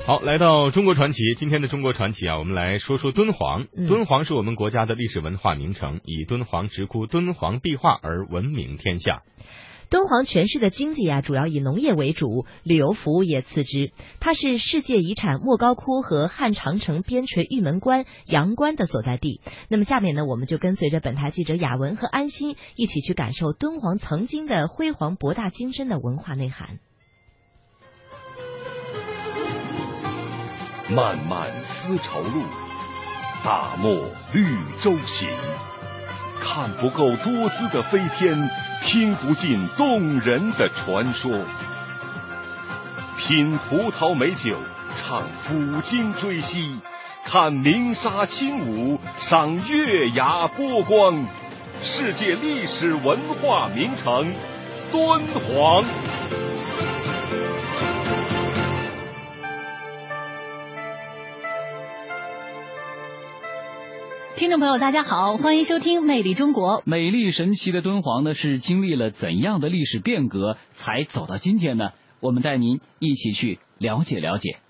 好，来到中国传奇，今天的中国传奇啊，我们来说说敦煌。敦煌是我们国家的历史文化名城，以敦煌石窟、敦煌壁画而闻名天下。 敦煌全市的经济主要以农业为主，旅游服务业次之。它是世界遗产莫高窟和汉长城边陲玉门关、阳关的所在地。那么下面呢，我们就跟随着本台记者雅文和安心一起去感受敦煌曾经的辉煌博大精深的文化内涵。 漫漫丝绸路，大漠绿洲行。看不够多姿的飞天，听不尽动人的传说。品葡萄美酒，唱抚今追昔，看鸣沙轻舞，赏月牙波光。世界历史文化名城敦煌。 听众朋友大家好，欢迎收听《魅力中国》。 美丽神奇的敦煌呢，是经历了怎样的历史变革才走到今天呢？我们带您一起去了解了解。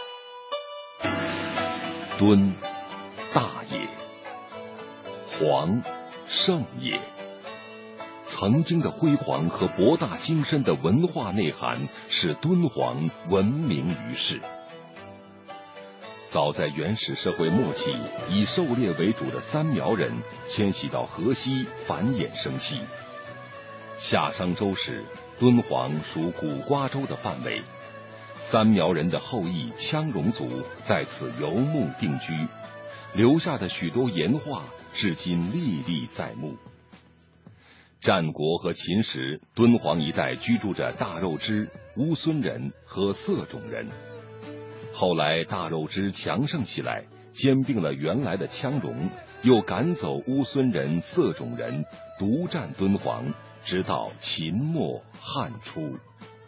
敦，大也；煌，盛也。曾经的辉煌和博大精深的文化内涵，使敦煌闻名于世。早在原始社会末期，以狩猎为主的三苗人迁徙到河西繁衍生息。夏商周时，敦煌属古瓜州的范围，三苗人的后裔羌戎族在此游牧定居，留下的许多岩画至今历历在目。战国和秦时，敦煌一带居住着大肉支、乌孙人和色种人。后来大肉支强盛起来，兼并了原来的羌戎，又赶走乌孙人、色种人，独占敦煌，直到秦末汉初。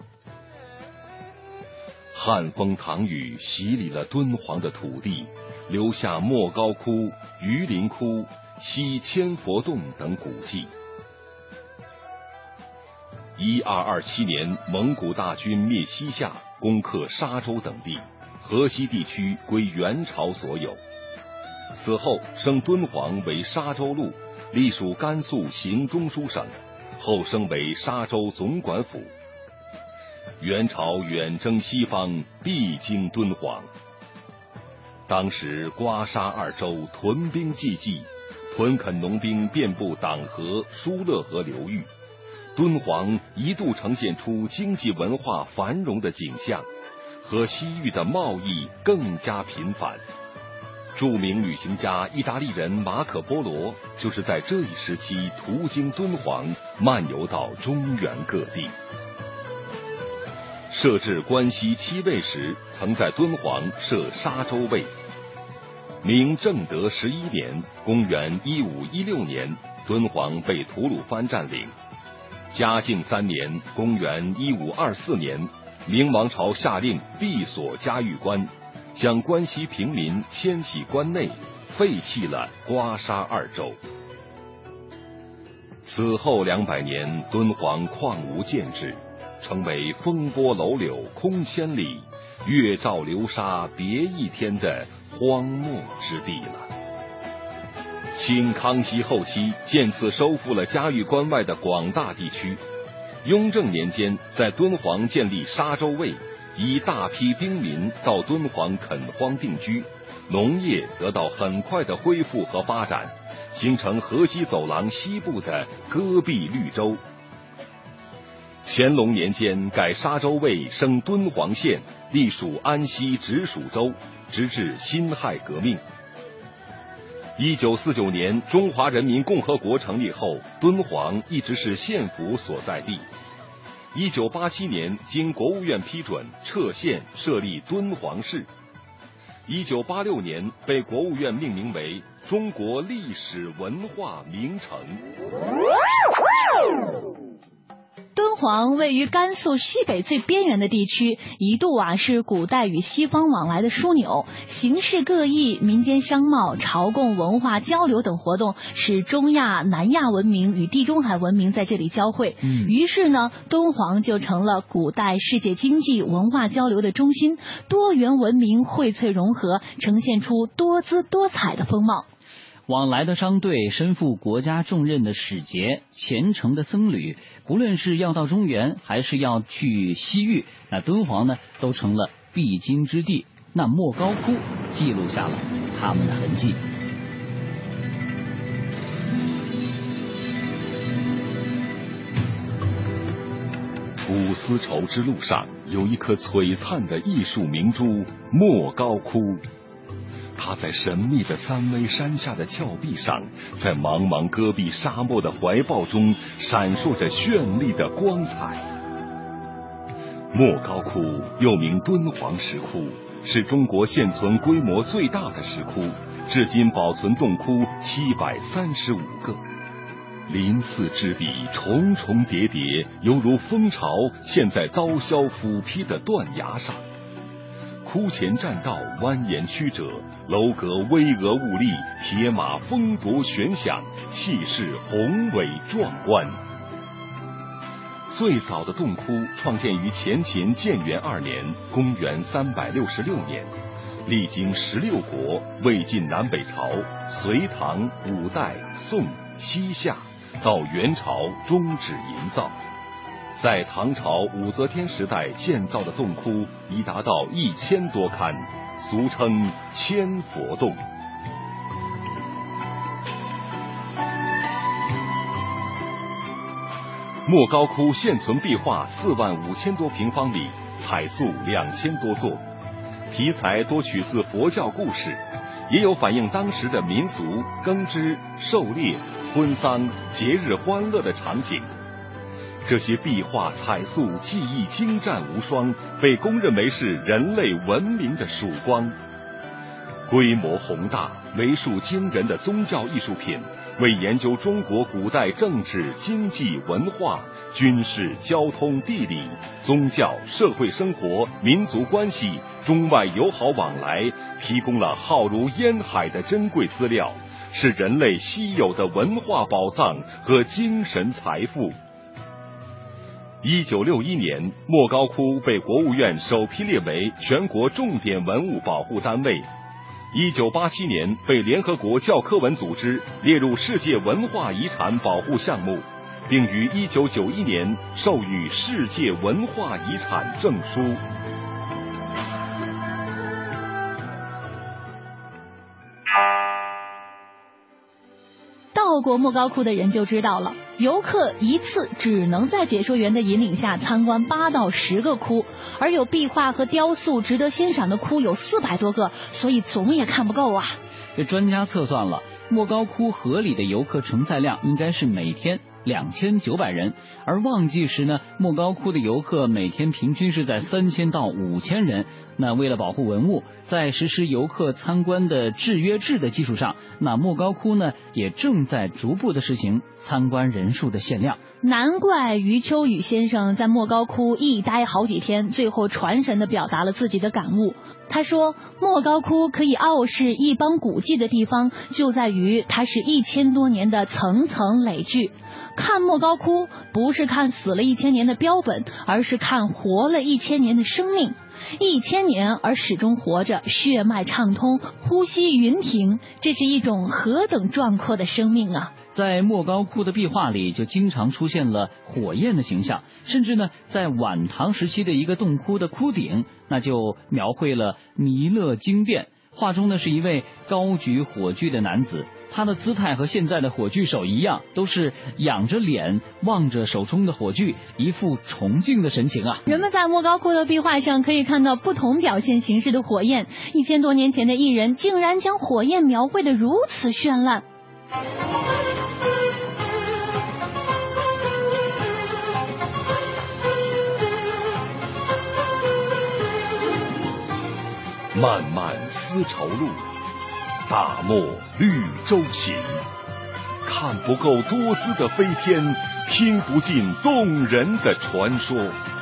汉风唐雨洗礼了敦煌的土地，留下莫高窟、榆林窟、西千佛洞等古迹。1227年，蒙古大军灭西夏，攻克沙州等地，河西地区归元朝所有。此后升敦煌为沙州路，隶属甘肃行中书省，后升为沙州总管府。元朝远征西方，必经敦煌。当时瓜沙二州屯兵济济，屯垦农兵遍布党河、疏勒河流域，敦煌一度呈现出经济文化繁荣的景象，和西域的贸易更加频繁。著名旅行家意大利人马可波罗就是在这一时期途经敦煌，漫游到中原各地。设置关西7卫时，曾在敦煌设沙州卫。明正德11年，公元1516年，敦煌被吐鲁番占领。嘉靖3年，公元1524年，明王朝下令闭锁嘉峪关，将关西平民迁徙关内，废弃了瓜沙二州。此后200年，敦煌况无建制，成为风波楼柳空千里，月照流沙别一天的荒漠之地了。清康熙后期渐次收复了嘉峪关外的广大地区。雍正年间，在敦煌建立沙州卫，以大批兵民到敦煌垦荒定居，农业得到很快的恢复和发展，形成河西走廊西部的戈壁绿洲。乾隆年间，改沙州卫升敦煌县，隶属安西直属州，直至辛亥革命。1949年，中华人民共和国成立后，敦煌一直是县府所在地。1987年，经国务院批准撤县，设立敦煌市。1986年，被国务院命名为中国历史文化名城。 敦煌位于甘肃西北最边缘的地区，一度是古代与西方往来的枢纽，形式各异，民间商贸、朝贡、文化交流等活动使中亚、南亚文明与地中海文明在这里交汇。于是呢，敦煌就成了古代世界经济文化交流的中心，多元文明荟萃融合，呈现出多姿多彩的风貌。 往来的商队、身负国家重任的使节、虔诚的僧侣，不论是要到中原还是要去西域，那敦煌呢都成了必经之地。那莫高窟记录下了他们的痕迹。 古丝绸之路上有一颗璀璨的艺术明珠莫高窟，它在神秘的三危山下的峭壁上，在茫茫戈壁沙漠的怀抱中闪烁着绚丽的光彩。莫高窟又名敦煌石窟，是中国现存规模最大的石窟，至今保存洞窟735个。鳞次栉比，重重叠叠，犹如蜂巢嵌在刀削斧劈的断崖上。窟前栈道蜿蜒曲折，楼阁巍峨兀立，铁马风铎悬响，气势宏伟壮观。最早的洞窟创建于前秦建元2年，公元366年，历经16国，魏晋南北朝、隋唐、五代、宋、西夏，到元朝终止营造。在唐朝武则天时代建造的洞窟已达到1000多龛，俗称千佛洞。莫高窟现存壁画45000多平方米，彩塑2000多座，题材多取自佛教故事，也有反映当时的民俗、耕织、狩猎、婚丧、节日欢乐的场景。这些壁画彩塑技艺精湛无双，被公认为是人类文明的曙光。规模宏大、为数惊人的宗教艺术品，为研究中国古代政治、经济、文化、军事、交通、地理、宗教、社会生活、民族关系、中外友好往来提供了浩如烟海的珍贵资料，是人类稀有的文化宝藏和精神财富。1961年，莫高窟被国务院首批列为全国重点文物保护单位。1987年被联合国教科文组织列入世界文化遗产保护项目，并于1991年授予世界文化遗产证书。 到过莫高窟的人就知道了，游客一次只能在解说员的引领下参观8到10个窟，而有壁画和雕塑值得欣赏的窟有400多个，所以总也看不够啊。 这专家测算了，莫高窟合理的游客承载量应该是每天2900人，而旺季时呢，莫高窟的游客每天平均是在3000到5000人。那为了保护文物，在实施游客参观的制约制的基础上，那莫高窟呢也正在逐步的实行参观人数的限量。 难怪余秋雨先生在莫高窟一待好几天，最后传神地表达了自己的感悟。他说，莫高窟可以傲视一邦古迹的地方，就在于它是1000多年的层层累聚。看莫高窟不是看死了1000年的标本，而是看活了1000年的生命。1000年而始终活着，血脉畅通，呼吸匀停，这是一种何等壮阔的生命啊！ 在莫高窟的壁画里就经常出现了火焰的形象，甚至呢，在晚唐时期的一个洞窟的窟顶，那就描绘了弥勒经殿。画中呢是一位高举火炬的男子，他的姿态和现在的火炬手一样，都是仰着脸望着手中的火炬，一副崇敬的神情啊。 人们在莫高窟的壁画上可以看到不同表现形式的火焰，1000多年前的艺人竟然将火焰描绘得如此绚烂。 漫漫丝绸路，大漠绿洲行。 看不够多姿的飞天，听不尽动人的传说。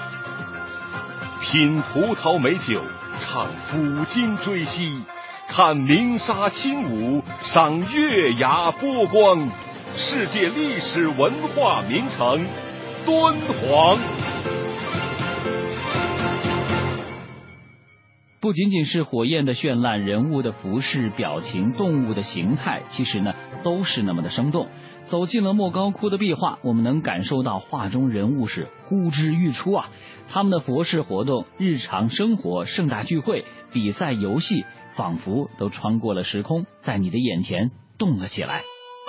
品葡萄美酒，唱抚今追昔，看鸣沙轻舞，赏月牙波光。世界历史文化名城敦煌。 不仅仅是火焰的绚烂，人物的服饰、表情、动物的形态，其实呢都是那么的生动。走进了莫高窟的壁画，我们能感受到画中人物是呼之欲出啊！他们的佛事活动、日常生活、盛大聚会、比赛游戏，仿佛都穿过了时空，在你的眼前动了起来。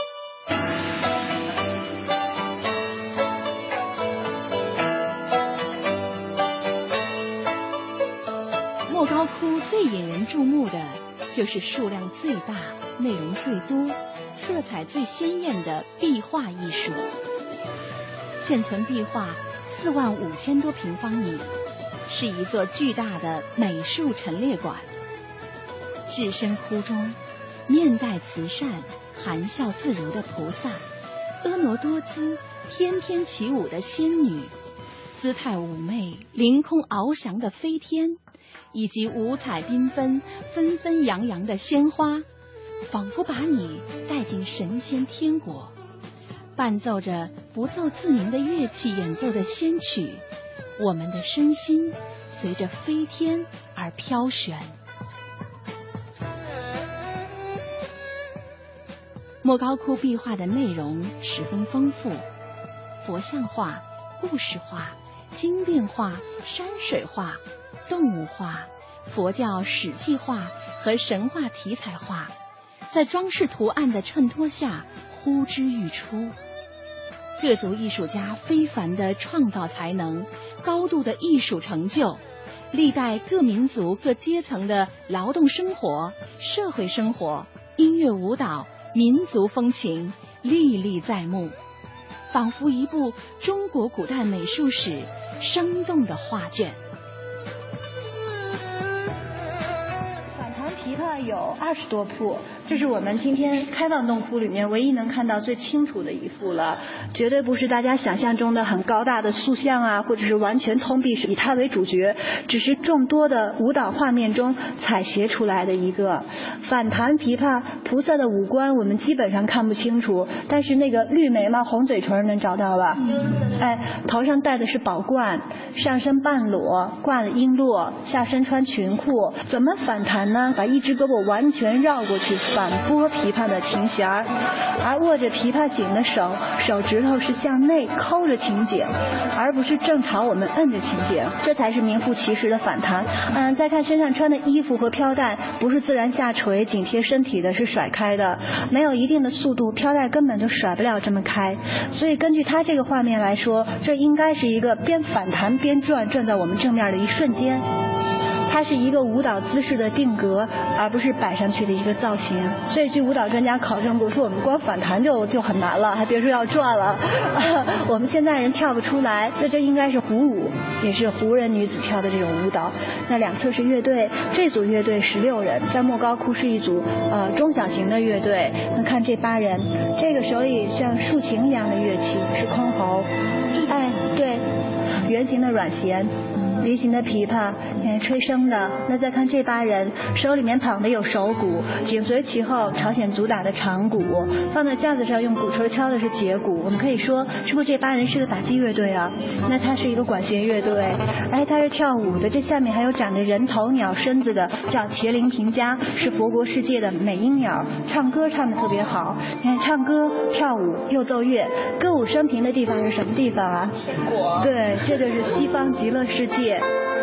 莫高窟最引人注目的就是数量最大、内容最多、色彩最鲜艳的壁画艺术。现存壁画45000多平方米，是一座巨大的美术陈列馆。置身窟中，面带慈善、含笑自如的菩萨，婀娜多姿、翩翩起舞的仙女，姿态妩媚、凌空翱翔的飞天，以及五彩缤纷、纷纷扬扬的鲜花，仿佛把你带进神仙天国。伴奏着不奏自鸣的乐器演奏的仙曲，我们的身心随着飞天而飘旋。莫高窟壁画的内容十分丰富，佛像画、故事画、经变画、山水画、动物画、佛教史记画和神话题材画，在装饰图案的衬托下呼之欲出。各族艺术家非凡的创造才能，高度的艺术成就，历代各民族各阶层的劳动生活、社会生活、音乐舞蹈、民族风情历历在目，仿佛一部中国古代美术史生动的画卷。 琵琶有20多幅，这是我们今天开放洞窟里面唯一能看到最清楚的一幅了，绝对不是大家想象中的很高大的塑像啊，或者是完全通壁是以它为主角，只是众多的舞蹈画面中采撷出来的一个。反弹琵琶菩萨的五官我们基本上看不清楚，但是那个绿眉毛红嘴唇能找到吧？头上戴的是宝冠，上身半裸，挂了璎珞，下身穿裙裤。怎么反弹呢？把一只胳膊完全绕过去，反拨琵琶的琴弦，而握着琵琶颈的手指头是向内抠着琴颈，而不是正朝我们摁着琴颈，这才是名副其实的反弹。再看身上穿的衣服和飘带，不是自然下垂紧贴身体的，是甩开的，没有一定的速度，飘带根本就甩不了这么开。所以根据他这个画面来说，这应该是一个边反弹边转在我们正面的一瞬间。它是一个舞蹈姿势的定格，而不是摆上去的一个造型。所以据舞蹈专家考证过，说我们光反弹就很难了，还别说要转了。我们现在人跳不出来，那这应该是胡舞，也是胡人女子跳的这种舞蹈。那两侧是乐队，这组乐队16人，在莫高窟是一组中小型的乐队。那看这8人，这个手里像竖琴一样的乐器是箜篌，对，圆形的软弦。梨形的琵琶，吹笙的。那再看这8人，手里面捧的有手鼓，紧随其后朝鲜族打的长鼓，放在架子上用鼓槌敲的是节鼓。我们可以说，是不是这8人是个打击乐队啊？那它是一个管弦乐队，它是跳舞的。这下面还有长着人头鸟身子的，叫茄灵平家，是佛国世界的美音鸟，唱歌唱得特别好。你看，唱歌跳舞又奏乐，歌舞升平的地方是什么地方啊？对，这就是西方极乐世界。